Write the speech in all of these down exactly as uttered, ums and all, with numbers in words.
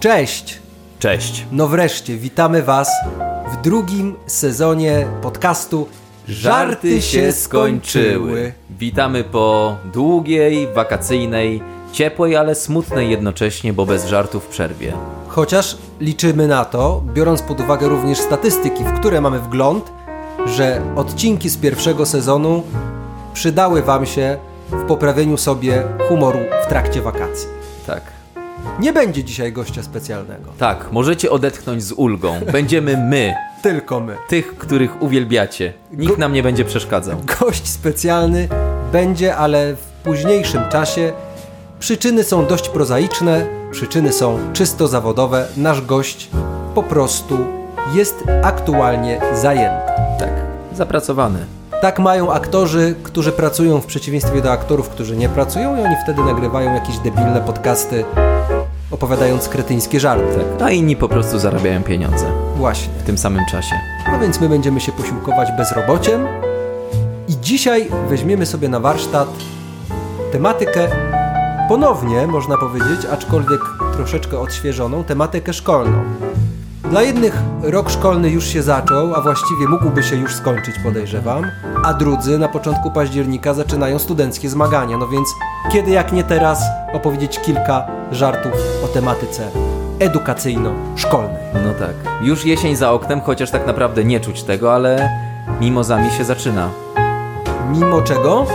Cześć! Cześć! No wreszcie, witamy Was w drugim sezonie podcastu Żarty się skończyły. Witamy po długiej, wakacyjnej, ciepłej, ale smutnej jednocześnie, bo bez żartów w przerwie. Chociaż liczymy na to, biorąc pod uwagę również statystyki, w które mamy wgląd, że odcinki z pierwszego sezonu przydały Wam się w poprawieniu sobie humoru w trakcie wakacji. Tak. Nie będzie dzisiaj gościa specjalnego. Tak, możecie odetchnąć z ulgą. Będziemy my. Tylko my. Tych, których uwielbiacie. Nikt Go- nam nie będzie przeszkadzał. Gość specjalny będzie, ale w późniejszym czasie. Przyczyny są dość prozaiczne, przyczyny są czysto zawodowe. Nasz gość po prostu jest aktualnie zajęty. Tak, zapracowany. Tak mają aktorzy, którzy pracują w przeciwieństwie do aktorów, którzy nie pracują i oni wtedy nagrywają jakieś debilne podcasty, opowiadając kretyńskie żarty. Tak. A inni po prostu zarabiają pieniądze Właśnie. w tym samym czasie. No więc my będziemy się posiłkować bezrobociem i dzisiaj weźmiemy sobie na warsztat tematykę ponownie, można powiedzieć, aczkolwiek troszeczkę odświeżoną, tematykę szkolną. Dla jednych rok szkolny już się zaczął, a właściwie mógłby się już skończyć, podejrzewam, a drudzy na początku października zaczynają studenckie zmagania, no więc kiedy jak nie teraz opowiedzieć kilka żartów o tematyce edukacyjno-szkolnej. No tak. Już jesień za oknem, chociaż tak naprawdę nie czuć tego, ale mimozami się zaczyna. Mimo czego?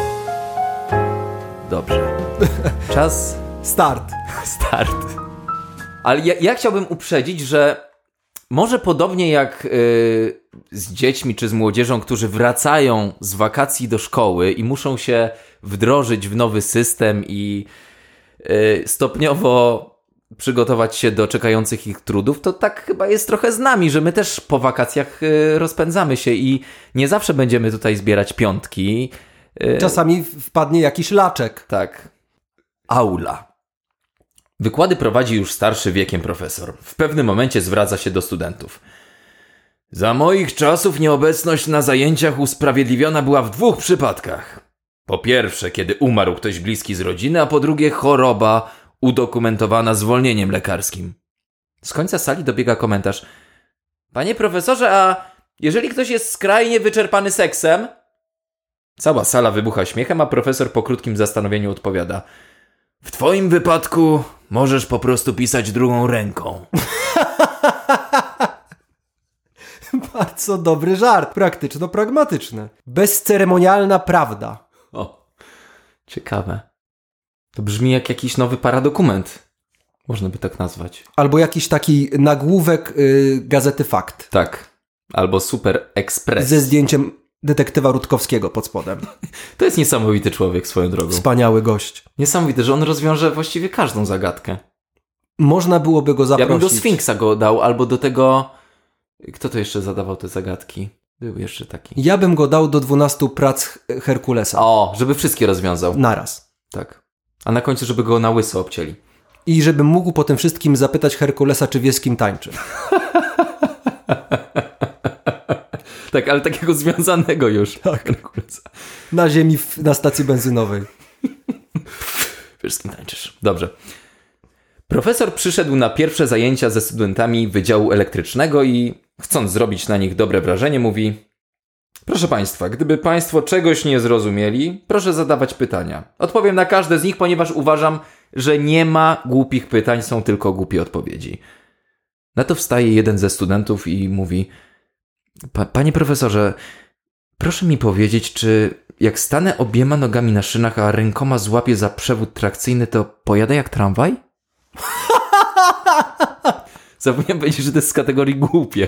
Dobrze. Czas Start. start. Ale ja, ja chciałbym uprzedzić, że może podobnie jak yy, z dziećmi czy z młodzieżą, którzy wracają z wakacji do szkoły i muszą się wdrożyć w nowy system i yy, stopniowo przygotować się do czekających ich trudów, to tak chyba jest trochę z nami, że my też po wakacjach yy, rozpędzamy się i nie zawsze będziemy tutaj zbierać piątki. Yy, Czasami wpadnie jakiś laczek. tak. Aula. Wykłady prowadzi już starszy wiekiem profesor. W pewnym momencie zwraca się do studentów. Za moich czasów nieobecność na zajęciach usprawiedliwiona była w dwóch przypadkach. Po pierwsze, kiedy umarł ktoś bliski z rodziny, a po drugie choroba udokumentowana zwolnieniem lekarskim. Z końca sali dobiega komentarz. Panie profesorze, a jeżeli ktoś jest skrajnie wyczerpany seksem? Cała sala wybucha śmiechem, a profesor po krótkim zastanowieniu odpowiada. W twoim wypadku możesz po prostu pisać drugą ręką. Bardzo dobry żart. Praktyczno-pragmatyczny. Bezceremonialna prawda. O, ciekawe. To brzmi jak jakiś nowy paradokument. Można by tak nazwać. Albo jakiś taki nagłówek y, Gazety Fakt. Tak. Albo Super Express. Ze zdjęciem detektywa Rutkowskiego pod spodem. To jest niesamowity człowiek swoją drogą. Wspaniały gość. Niesamowity, że on rozwiąże właściwie każdą zagadkę. Można byłoby go zaprosić. Ja bym do Sfinksa go dał, albo do tego... Kto to jeszcze zadawał te zagadki? Był jeszcze taki. Ja bym go dał do dwunastu prac Herkulesa. O, żeby wszystkie rozwiązał. Naraz. Tak. A na końcu, żeby go na łyso obcięli. I żebym mógł po tym wszystkim zapytać Herkulesa, czy wie z kim tańczy. Tak, ale takiego związanego już. Tak. Na ziemi, w, na stacji benzynowej. Wiesz, z kim tańczysz. Dobrze. Profesor przyszedł na pierwsze zajęcia ze studentami Wydziału Elektrycznego i chcąc zrobić na nich dobre wrażenie, mówi: proszę Państwa, gdyby Państwo czegoś nie zrozumieli, proszę zadawać pytania. Odpowiem na każde z nich, ponieważ uważam, że nie ma głupich pytań, są tylko głupie odpowiedzi. Na to wstaje jeden ze studentów i mówi: Pa, Panie profesorze, proszę mi powiedzieć, czy jak stanę obiema nogami na szynach, a rękoma złapię za przewód trakcyjny, to pojadę jak tramwaj? Zapomniałem powiedzieć, że to jest z kategorii głupie.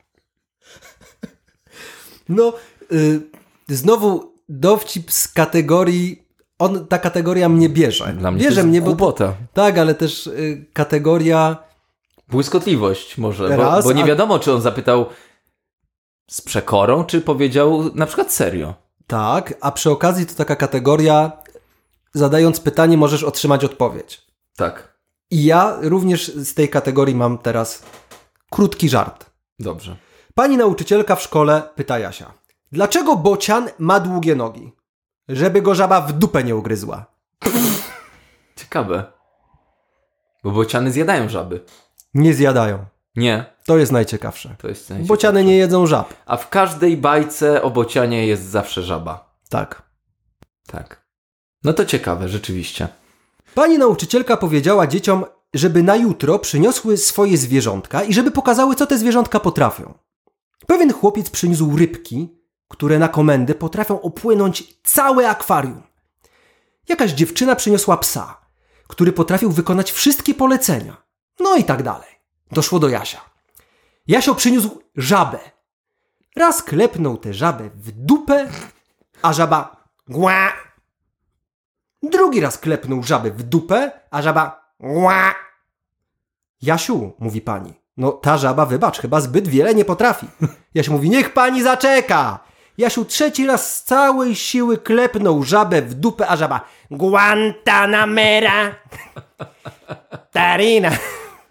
No, y, znowu dowcip z kategorii... On, ta kategoria mnie bierze. Dla mnie bierze to jest mnie, bo głupota. Tak, ale też y, kategoria... Błyskotliwość może, bo, Raz, bo nie a- wiadomo, czy on zapytał z przekorą, czy powiedział na przykład serio. Tak, a przy okazji to taka kategoria, zadając pytanie możesz otrzymać odpowiedź. Tak. I ja również z tej kategorii mam teraz krótki żart. Dobrze. Pani nauczycielka w szkole pyta Jasia: dlaczego bocian ma długie nogi? Żeby go żaba w dupę nie ugryzła. Ciekawe. Bo bociany zjadają żaby. Nie zjadają. Nie. To jest najciekawsze. To jest najciekawsze. Bociany nie jedzą żab. A w każdej bajce o bocianie jest zawsze żaba. Tak. Tak. No to ciekawe, rzeczywiście. Pani nauczycielka powiedziała dzieciom, żeby na jutro przyniosły swoje zwierzątka i żeby pokazały, co te zwierzątka potrafią. Pewien chłopiec przyniósł rybki, które na komendę potrafią opłynąć całe akwarium. Jakaś dziewczyna przyniosła psa, który potrafił wykonać wszystkie polecenia. No i tak dalej. Doszło do Jasia. Jasio przyniósł żabę. Raz klepnął tę żabę w dupę, a żaba gła. Drugi raz klepnął żabę w dupę, a żaba gła. Jasiu, mówi pani, no ta żaba, wybacz, chyba zbyt wiele nie potrafi. Jasiu mówi, niech pani zaczeka. Jasiu trzeci raz z całej siły klepnął żabę w dupę, a żaba Guantanamera. Tarina.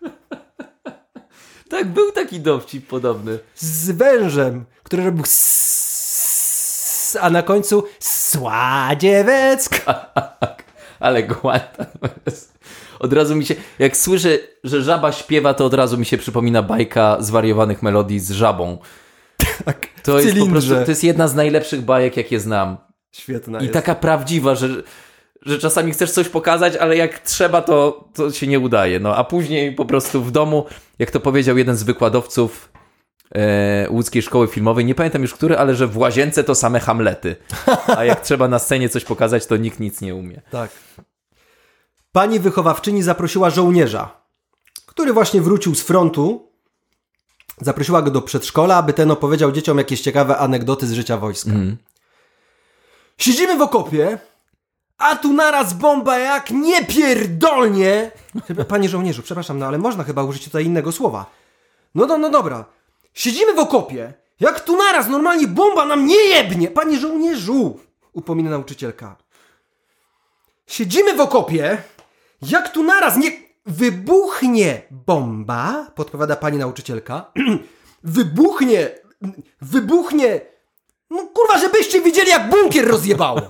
Tak, był taki dowcip podobny. Z wężem, który robił s, a na końcu Sładziewecka. Ale Guanta. Od razu mi się, jak słyszę, że żaba śpiewa, to od razu mi się przypomina bajka zwariowanych melodii z żabą. Tak, to jest po prostu, to jest jedna z najlepszych bajek, jakie znam. Świetna I jest. taka prawdziwa, że, że czasami chcesz coś pokazać, ale jak trzeba, to, to się nie udaje. No, a później po prostu w domu, jak to powiedział jeden z wykładowców e, łódzkiej szkoły filmowej, nie pamiętam już który, ale że w łazience to same Hamlety. A jak trzeba na scenie coś pokazać, to nikt nic nie umie. Tak. Pani wychowawczyni zaprosiła żołnierza, który właśnie wrócił z frontu. Zaprosiła go do przedszkola, aby ten opowiedział dzieciom jakieś ciekawe anegdoty z życia wojska. Mm. Siedzimy w okopie, a tu naraz bomba jak nie pierdolnie. Panie żołnierzu, przepraszam, no ale można chyba użyć tutaj innego słowa. No, no, no dobra. Siedzimy w okopie, jak tu naraz normalnie bomba nam nie jebnie. Panie żołnierzu, upomina nauczycielka. Siedzimy w okopie, jak tu naraz nie... Wybuchnie bomba, podpowiada pani nauczycielka. Wybuchnie, wybuchnie. No kurwa, żebyście widzieli, jak bunkier rozjebało.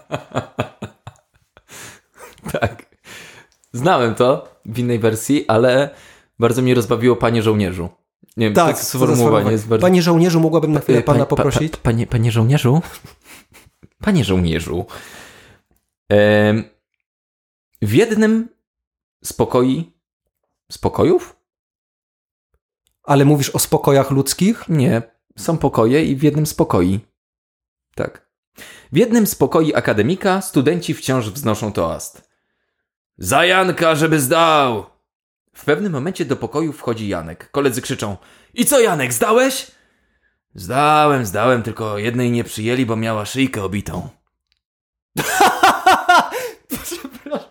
Tak. Znałem to w innej wersji, ale bardzo mnie rozbawiło panie żołnierzu. Nie wiem, tak, to sformułowanie jest bardzo... Panie żołnierzu, mogłabym na chwilę pana pa, poprosić? Pa, pa, panie, panie żołnierzu? Panie żołnierzu. Ehm, w jednym z pokoi... Z pokojów? Ale mówisz o spokojach ludzkich? Nie. Są pokoje i w jednym z pokoi. Tak. W jednym z pokoi akademika studenci wciąż wznoszą toast. Za Janka, żeby zdał! W pewnym momencie do pokoju wchodzi Janek. Koledzy krzyczą. I co, Janek, zdałeś? Zdałem, zdałem, tylko jednej nie przyjęli, bo miała szyjkę obitą. Przepraszam.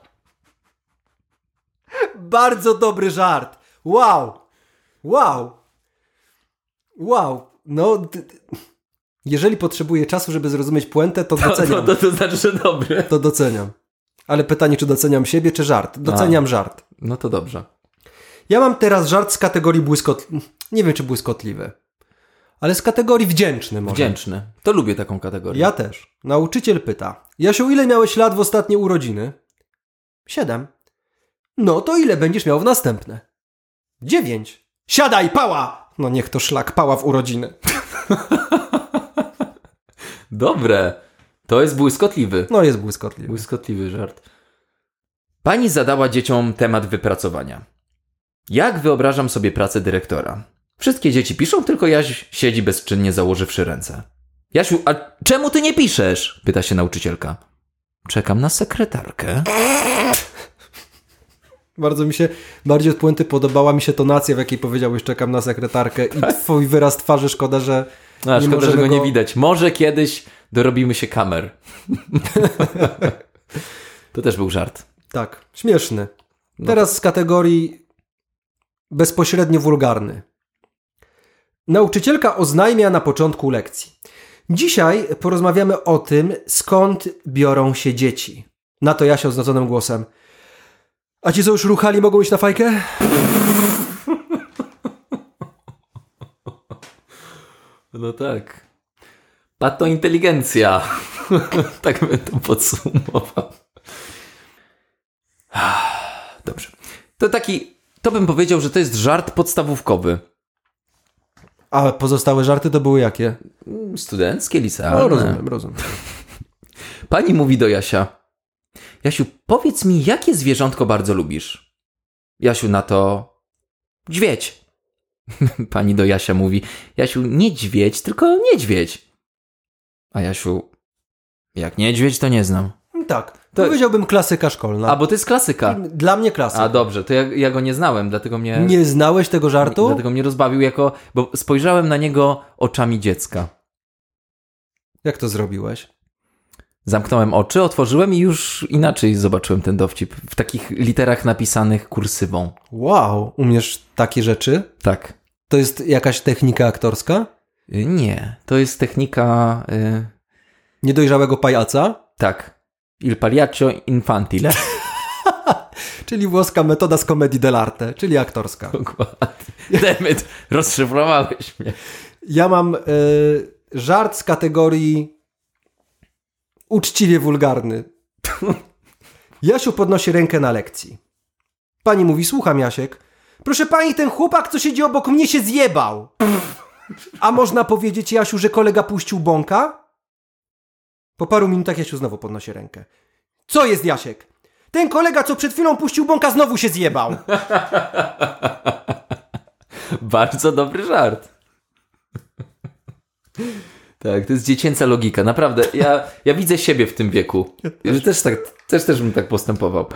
Bardzo dobry żart. Wow. Wow. Wow. No, d- d- jeżeli potrzebuję czasu, żeby zrozumieć puentę, to doceniam. To, to, to znaczy, że dobry. To doceniam. Ale pytanie, czy doceniam siebie, czy żart? Doceniam A, żart. No to dobrze. Ja mam teraz żart z kategorii błyskotliwy. Nie wiem, czy błyskotliwy. Ale z kategorii wdzięczny może. Wdzięczny. To lubię taką kategorię. Ja też. Nauczyciel pyta. Jasiu, ile miałeś lat w ostatnie urodziny? Siedem. No to ile będziesz miał w następne? Dziewięć. Siadaj, pała! No niech to szlak, pała w urodziny. Dobre. To jest błyskotliwy. No jest błyskotliwy. Błyskotliwy żart. Pani zadała dzieciom temat wypracowania. Jak wyobrażam sobie pracę dyrektora? Wszystkie dzieci piszą, tylko Jaś siedzi bezczynnie założywszy ręce. Jasiu, a czemu ty nie piszesz? Pyta się nauczycielka. Czekam na sekretarkę. Bardzo mi się, bardziej od puenty podobała mi się tonacja, w jakiej powiedziałeś czekam na sekretarkę i twój wyraz twarzy, szkoda, że A, nie szkoda, że go, go nie widać. Może kiedyś dorobimy się kamer. To też był żart. Tak, śmieszny. No. Teraz z kategorii bezpośrednio wulgarny. Nauczycielka oznajmia na początku lekcji. Dzisiaj porozmawiamy o tym, skąd biorą się dzieci. Na to Jasia oznaczonym głosem. A ci, co już ruchali, mogą iść na fajkę? No tak. Pato inteligencja. Tak bym to podsumował. Dobrze. To taki To bym powiedział, że to jest żart podstawówkowy. A pozostałe żarty to były jakie? Studenckie, licealne. No, rozumiem, rozumiem. Pani mówi do Jasia: Jasiu, powiedz mi, jakie zwierzątko bardzo lubisz? Jasiu na to: dźwiedź. Pani do Jasia mówi: Jasiu, nie dźwiedź, tylko niedźwiedź. A Jasiu: jak niedźwiedź, to nie znam. Tak, To- powiedziałbym klasyka szkolna. A, bo to jest klasyka. Dla mnie klasyka. A, dobrze, to ja, ja go nie znałem, dlatego mnie... Nie znałeś tego żartu? Dlatego mnie rozbawił jako... Bo spojrzałem na niego oczami dziecka. Jak to zrobiłeś? Zamknąłem oczy, otworzyłem i już inaczej zobaczyłem ten dowcip. W takich literach napisanych kursywą. Wow, umiesz takie rzeczy? Tak. To jest jakaś technika aktorska? Y, Nie, to jest technika... Y... Niedojrzałego pajaca? Tak. Il pagliaccio infantile. Czyli włoska metoda z comedii dell'arte, czyli aktorska. Dokładnie. Demet, rozszyfrowałeś mnie. Ja mam y, żart z kategorii uczciwie wulgarny. Jasiu podnosi rękę na lekcji. Pani mówi: słucham, Jasiek. Proszę pani, ten chłopak, co siedzi obok mnie, się zjebał. A można powiedzieć, Jasiu, że kolega puścił bąka? Po paru minutach Jasiu znowu podnosi rękę. Co jest, Jasiek? Ten kolega, co przed chwilą puścił bąka, znowu się zjebał. Bardzo dobry żart. Tak, to jest dziecięca logika. Naprawdę, ja, ja widzę siebie w tym wieku. Że też, tak, też, też bym tak postępował.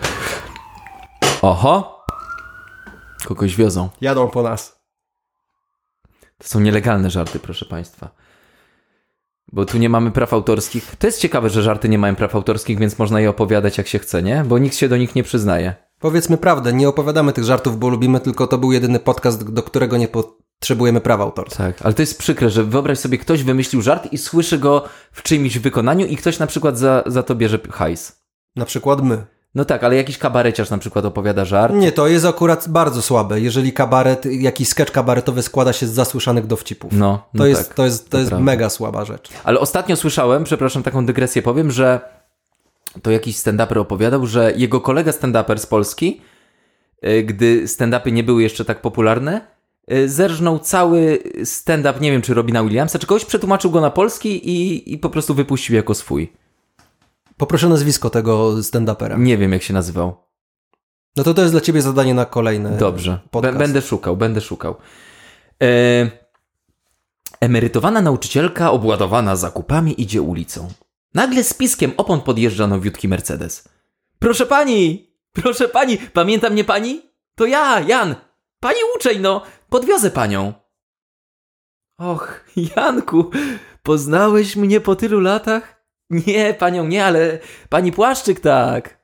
Oho. Kogoś wiozą. Jadą po nas. To są nielegalne żarty, proszę państwa. Bo tu nie mamy praw autorskich. To jest ciekawe, że żarty nie mają praw autorskich, więc można je opowiadać jak się chce, nie? Bo nikt się do nich nie przyznaje. Powiedzmy prawdę, nie opowiadamy tych żartów, bo lubimy, tylko to był jedyny podcast, do którego nie potrzebujemy praw autorskich. Tak, ale to jest przykre, że wyobraź sobie, ktoś wymyślił żart i słyszy go w czyimś wykonaniu i ktoś na przykład za, za to bierze hajs. Na przykład my. No tak, ale jakiś kabareciarz na przykład opowiada żart. Nie, to jest akurat bardzo słabe, jeżeli kabaret, jakiś sketch kabaretowy składa się z zasłyszanych dowcipów. No, no to jest, tak, to jest, to to jest prawda. mega słaba rzecz. Ale ostatnio słyszałem, przepraszam, taką dygresję powiem, że to jakiś stand-uper opowiadał, że jego kolega stand-uper z Polski, y, gdy stand-upy nie były jeszcze tak popularne, y, zerżnął cały stand-up, nie wiem czy Robina Williamsa, czy kogoś, przetłumaczył go na polski i, i po prostu wypuścił jako swój. Poproszę nazwisko tego stand-upera. Nie wiem jak się nazywał. No to to jest dla ciebie zadanie na kolejny Dobrze, podcast. B- będę szukał, będę szukał. E... Emerytowana nauczycielka obładowana zakupami idzie ulicą. Nagle z piskiem opon podjeżdża nowiutki Mercedes. Proszę pani, proszę pani, pamięta mnie pani? To ja, Jan. Pani uczeń, no, podwiozę panią. Och, Janku, poznałeś mnie po tylu latach? Nie, panią nie, ale pani Płaszczyk tak.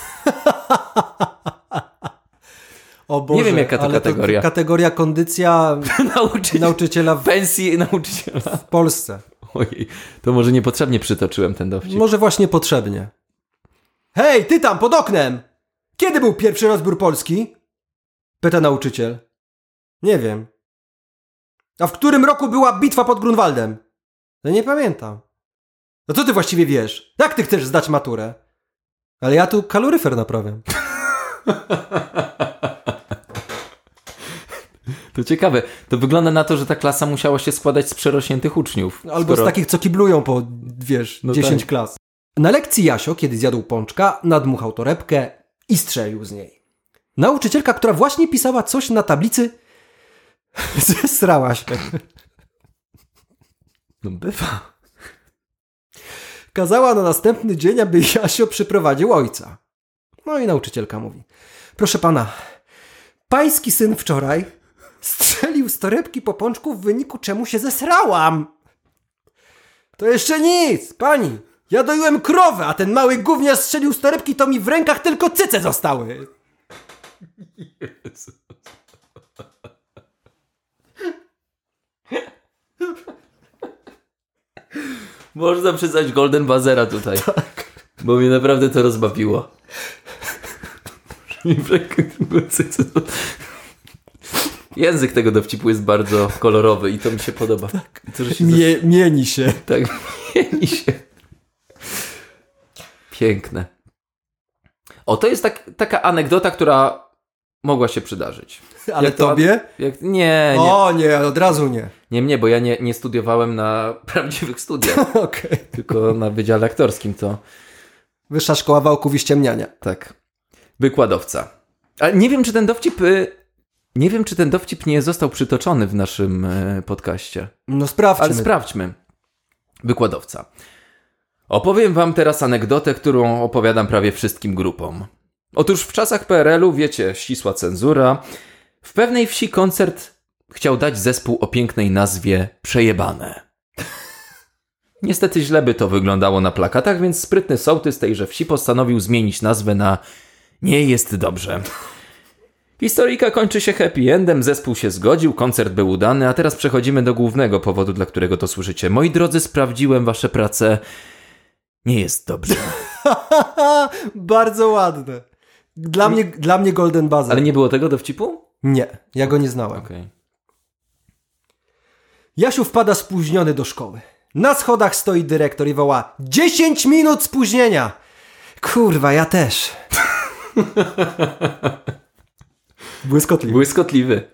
O Boże, Nie wiem, jaka to ale kategoria. To kategoria kondycja Nauczyciel... nauczyciela w, Pensji nauczyciela. w Polsce. Ojej, to może niepotrzebnie przytoczyłem ten dowcip. Może właśnie potrzebnie. Hej, ty tam, pod oknem! Kiedy był pierwszy rozbiór Polski? Pyta nauczyciel. Nie wiem. A w którym roku była bitwa pod Grunwaldem? No nie pamiętam. No co ty właściwie wiesz? Jak ty chcesz zdać maturę? Ale ja tu kaloryfer naprawiam. To ciekawe. To wygląda na to, że ta klasa musiała się składać z przerośniętych uczniów. Albo Skoro... z takich, co kiblują po, wiesz, No dziesięć tak. klas. Na lekcji Jasio, kiedy zjadł pączka, nadmuchał torebkę i strzelił z niej. Nauczycielka, która właśnie pisała coś na tablicy, zesrała się. No bywa. Kazała na następny dzień, aby Jasio przyprowadził ojca. No i nauczycielka mówi: proszę pana, pański syn wczoraj strzelił z torebki po pączku, w wyniku czemu się zesrałam. To jeszcze nic, pani. Ja doiłem krowę, a ten mały gówniarz strzelił z torebki, to mi w rękach tylko cyce zostały. Jezus. Można przyznać Golden Bazera tutaj. Tak. Bo mnie naprawdę to rozbawiło. Język tego dowcipu jest bardzo kolorowy i to mi się podoba. Tak. To, że się Mie- mieni się. Tak, mieni się. Piękne. O, to jest tak, taka anegdota, która mogła się przydarzyć. Ale Jak to- tobie? Jak, nie, nie. O nie, od razu nie. Nie mnie, bo ja nie, nie studiowałem na prawdziwych studiach, Okej. tylko na wydziale aktorskim, to Wyższa Szkoła Wałków i Ściemniania. tak. Wykładowca. Ale nie wiem, czy ten dowcip... y, Nie wiem, czy ten dowcip nie został przytoczony w naszym y, podcaście. No sprawdźmy. Ale sprawdźmy. Wykładowca. Opowiem wam teraz anegdotę, którą opowiadam prawie wszystkim grupom. Otóż w czasach P R L u, wiecie, ścisła cenzura, w pewnej wsi koncert chciał dać zespół o pięknej nazwie Przejebane. Niestety źle by to wyglądało na plakatach, więc sprytny sołtys tejże wsi postanowił zmienić nazwę na Nie jest dobrze. Historyjka kończy się happy endem, zespół się zgodził, koncert był udany, a teraz przechodzimy do głównego powodu, dla którego to słyszycie. Moi drodzy, sprawdziłem wasze prace. Nie jest dobrze. Bardzo ładne. Dla mnie, dla mnie Golden Buzzer. Ale nie było tego dowcipu? Nie, ja go nie znałem. Okej. Jasiu wpada spóźniony do szkoły. Na schodach stoi dyrektor i woła: dziesięć minut spóźnienia! Kurwa, ja też. Błyskotliwy. Błyskotliwy.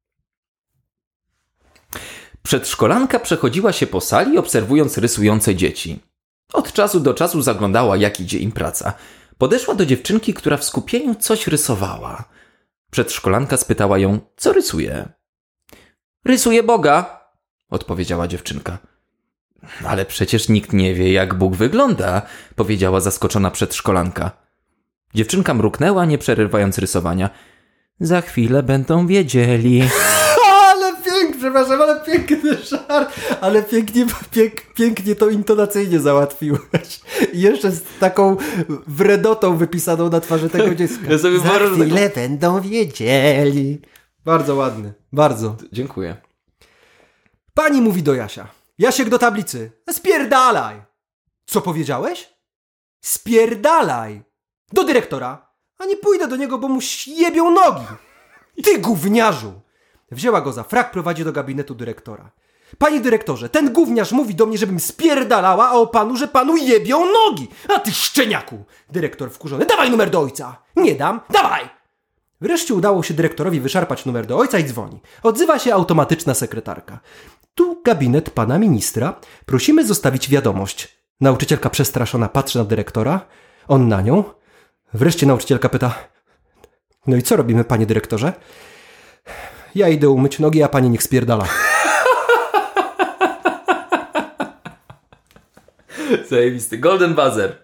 Przedszkolanka przechodziła się po sali, obserwując rysujące dzieci. Od czasu do czasu zaglądała, jak idzie im praca. Podeszła do dziewczynki, która w skupieniu coś rysowała. Przedszkolanka spytała ją, co rysuje. Rysuję Boga, odpowiedziała dziewczynka. Ale przecież nikt nie wie, jak Bóg wygląda, powiedziała zaskoczona przedszkolanka. Dziewczynka mruknęła, nie przerywając rysowania. Za chwilę będą wiedzieli. Ale pięknie, przepraszam, ale piękny żart. Ale pięknie, pięk, pięknie to intonacyjnie załatwiłeś. I jeszcze z taką wredotą wypisaną na twarzy tego dziecka. Ja sobie Za wyobrażam chwilę będą wiedzieli. Bardzo ładny, bardzo. Dziękuję. Pani mówi do Jasia: Jasiek, do tablicy. Spierdalaj. Co powiedziałeś? Spierdalaj. Do dyrektora. A nie pójdę do niego, bo mu jebią nogi. Ty gówniarzu. Wzięła go za frak, prowadzi do gabinetu dyrektora. Panie dyrektorze, ten gówniarz mówi do mnie, żebym spierdalała, a o panu, że panu jebią nogi. A ty szczeniaku. Dyrektor wkurzony. Dawaj numer do ojca. Nie dam. Dawaj. Wreszcie udało się dyrektorowi wyszarpać numer do ojca i dzwoni. Odzywa się automatyczna sekretarka. Tu gabinet pana ministra. Prosimy zostawić wiadomość. Nauczycielka przestraszona patrzy na dyrektora. On na nią. Wreszcie nauczycielka pyta: no i co robimy, panie dyrektorze? Ja idę umyć nogi, a pani niech spierdala. Zajebisty. Golden Buzzer.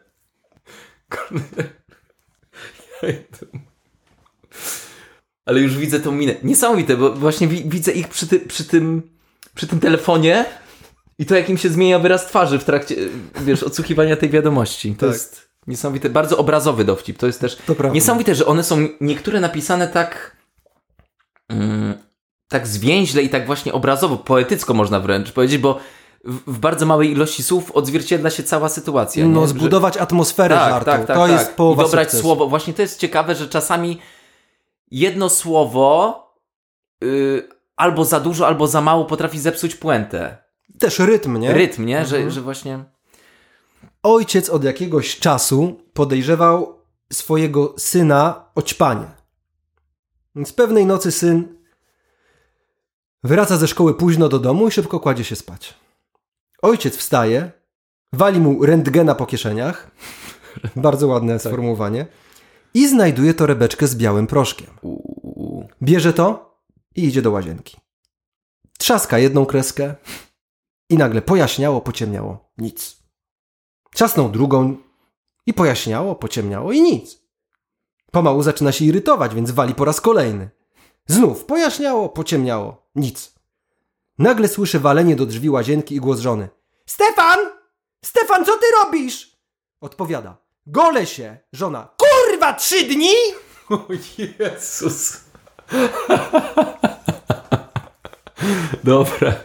Ale już widzę tą minę. Niesamowite, bo właśnie wi- widzę ich przy, ty- przy, tym, przy tym telefonie i to, jak im się zmienia wyraz twarzy w trakcie, wiesz, odsłuchiwania tej wiadomości. To Tak. jest niesamowite. Bardzo obrazowy dowcip. To jest też To prawda. niesamowite, że one są niektóre napisane tak mm, tak zwięźle i tak właśnie obrazowo, poetycko można wręcz powiedzieć, bo w, w bardzo małej ilości słów odzwierciedla się cała sytuacja. No, nie? zbudować atmosferę tak, żartu. tak, tak, to tak. jest połowa I dobrać sukcesu. słowo. Właśnie to jest ciekawe, że czasami jedno słowo yy, albo za dużo, albo za mało potrafi zepsuć puentę. Też rytm, nie? Rytm, nie? Mhm. Że, że właśnie... Ojciec od jakiegoś czasu podejrzewał swojego syna o ćpanie. Więc pewnej nocy syn wraca ze szkoły późno do domu i szybko kładzie się spać. Ojciec wstaje, wali mu rentgena po kieszeniach, bardzo ładne sformułowanie, i znajduje torebeczkę z białym proszkiem. Uuu. Bierze to i idzie do łazienki. Trzaska jedną kreskę i nagle pojaśniało, pociemniało. Nic. Trzasnął drugą i pojaśniało, pociemniało i nic. Pomału zaczyna się irytować, więc wali po raz kolejny. Znów pojaśniało, pociemniało. Nic. Nagle słyszy walenie do drzwi łazienki i głos żony. Stefan! Stefan, co ty robisz? Odpowiada. Golę się. Żona. Kurwa, trzy dni? O Jezus. Dobra.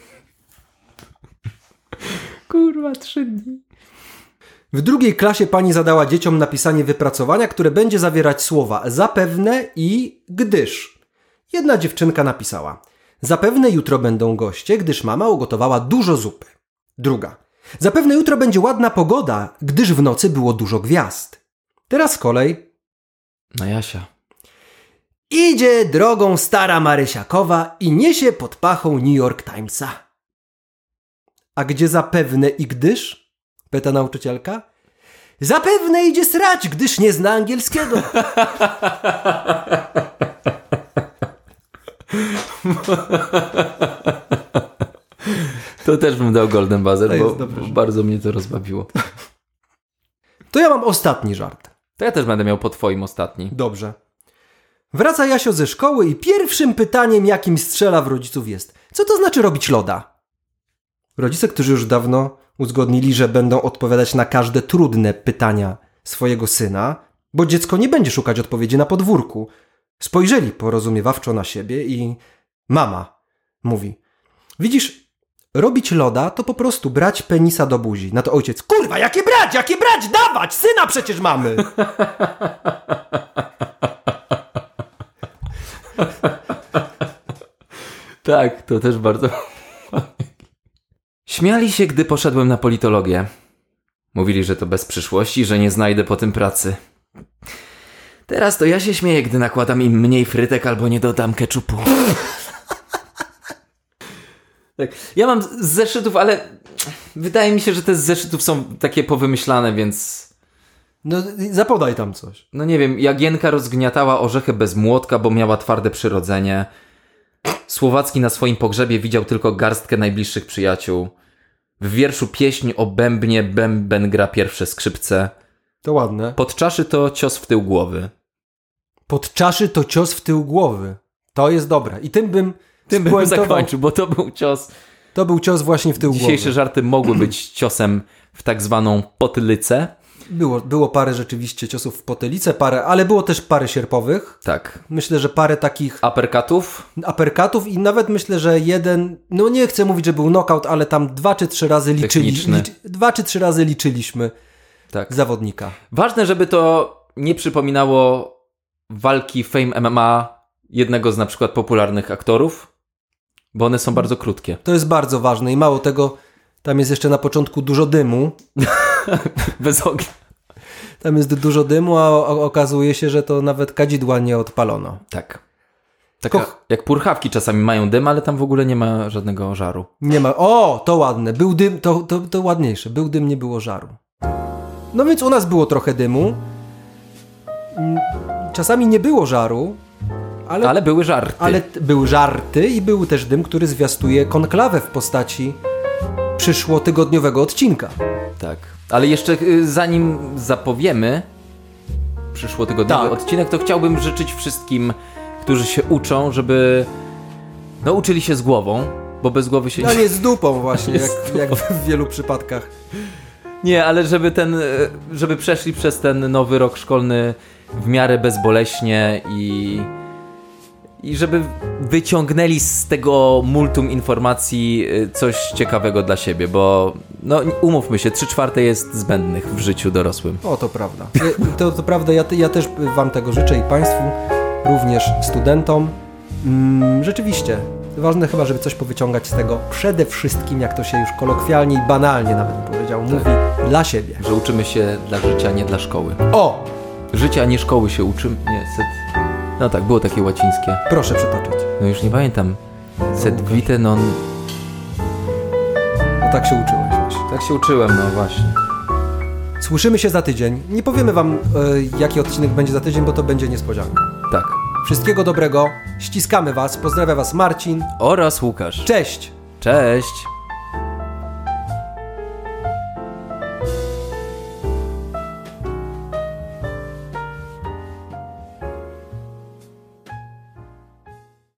Kurwa, trzy dni. W drugiej klasie pani zadała dzieciom napisanie wypracowania, które będzie zawierać słowa zapewne i gdyż. Jedna dziewczynka napisała: zapewne jutro będą goście, gdyż mama ugotowała dużo zupy. Druga: zapewne jutro będzie ładna pogoda, gdyż w nocy było dużo gwiazd. Teraz kolej. Na Jasia. Idzie drogą stara Marysiakowa i niesie pod pachą New York Timesa. A gdzie zapewne i gdyż? Pyta nauczycielka. Zapewne idzie srać, gdyż nie zna angielskiego. To też bym dał Golden Buzzer, To bo jest dobre, że- bardzo mnie to rozbawiło. To ja mam ostatni żart. To ja też będę miał po twoim ostatni. Dobrze. Wraca Jasio ze szkoły i pierwszym pytaniem, jakim strzela w rodziców jest: co to znaczy robić loda? Rodzice, którzy już dawno uzgodnili, że będą odpowiadać na każde trudne pytania swojego syna, bo dziecko nie będzie szukać odpowiedzi na podwórku, spojrzeli porozumiewawczo na siebie i mama mówi: widzisz, robić loda to po prostu brać penisa do buzi. Na to ojciec: kurwa, jakie brać, jakie brać, dawać, syna przecież mamy. Tak, to też bardzo... Śmiali się, gdy poszedłem na politologię. Mówili, że to bez przyszłości, że nie znajdę po tym pracy. Teraz to ja się śmieję, gdy nakładam im mniej frytek albo nie dodam keczupu. Tak. Ja mam z zeszytów, ale wydaje mi się, że te z zeszytów są takie powymyślane, więc... No, zapodaj tam coś. No nie wiem, Jagienka rozgniatała orzechy bez młotka, bo miała twarde przyrodzenie. Słowacki na swoim pogrzebie widział tylko garstkę najbliższych przyjaciół. W wierszu Pieśń o bębnie bęben gra pierwsze skrzypce. To ładne. Pod czaszy to cios w tył głowy. Pod czaszy to cios w tył głowy. To jest dobre. I tym bym Tym bym spuentował- zakończył, bo to był cios. To był cios właśnie w tył Dzisiejsze głowy. żarty mogły być ciosem w tak zwaną potylicę. Było, było parę rzeczywiście ciosów w potylicę, parę, ale było też parę sierpowych. Tak. Myślę, że parę takich Aperkatów. aperkatów i nawet myślę, że jeden, no nie chcę mówić, że był knockout, ale tam dwa czy trzy razy liczyli, Techniczny. licz, dwa czy trzy razy liczyliśmy Tak. zawodnika. Ważne, żeby to nie przypominało walki Fame M M A jednego z na przykład popularnych aktorów, bo one są bardzo krótkie. To jest bardzo ważne i mało tego, tam jest jeszcze na początku dużo dymu. Bez ognia. Tam jest dużo dymu, a o- okazuje się, że to nawet kadzidła nie odpalono. Tak. Taka, Koch- jak purchawki czasami mają dym, ale tam w ogóle nie ma żadnego żaru. Nie ma. O, to ładne. Był dym, to, to, to ładniejsze. Był dym, nie było żaru. No więc u nas było trochę dymu. Mm, Czasami nie było żaru, ale, Ale były żarty. ale t- były żarty i był też dym, który zwiastuje konklawę w postaci przyszłotygodniowego odcinka. Tak. Ale jeszcze y, zanim zapowiemy przyszłotygodniowy Tak. odcinek, to chciałbym życzyć wszystkim, którzy się uczą, żeby no uczyli się z głową, bo bez głowy się A nie z dupą właśnie, Nie jak, z jak w wielu przypadkach. Nie, ale żeby ten, e, żeby przeszli przez ten nowy rok szkolny w miarę bezboleśnie i, i żeby wyciągnęli z tego multum informacji e, coś ciekawego dla siebie, bo no umówmy się, trzy czwarte jest zbędnych w życiu dorosłym. O, to prawda. To, to prawda, ja, ja też wam tego życzę i państwu, również studentom. Mm, rzeczywiście, ważne chyba, żeby coś powyciągać z tego. Przede wszystkim, jak to się już kolokwialnie i banalnie nawet bym powiedział, mówi, dla siebie. Że uczymy się dla życia, nie dla szkoły. O! Życia, a nie szkoły się uczymy. Nie, set... No tak, było takie łacińskie. Proszę przytoczyć. No już nie pamiętam. Sed Łukasz. vitae non... No tak się uczyłeś właśnie. Tak się uczyłem, no właśnie. Słyszymy się za tydzień. Nie powiemy wam, e, jaki odcinek będzie za tydzień, bo to będzie niespodzianka. Tak. Wszystkiego dobrego. Ściskamy was. Pozdrawia was Marcin. Oraz Łukasz. Cześć! Cześć!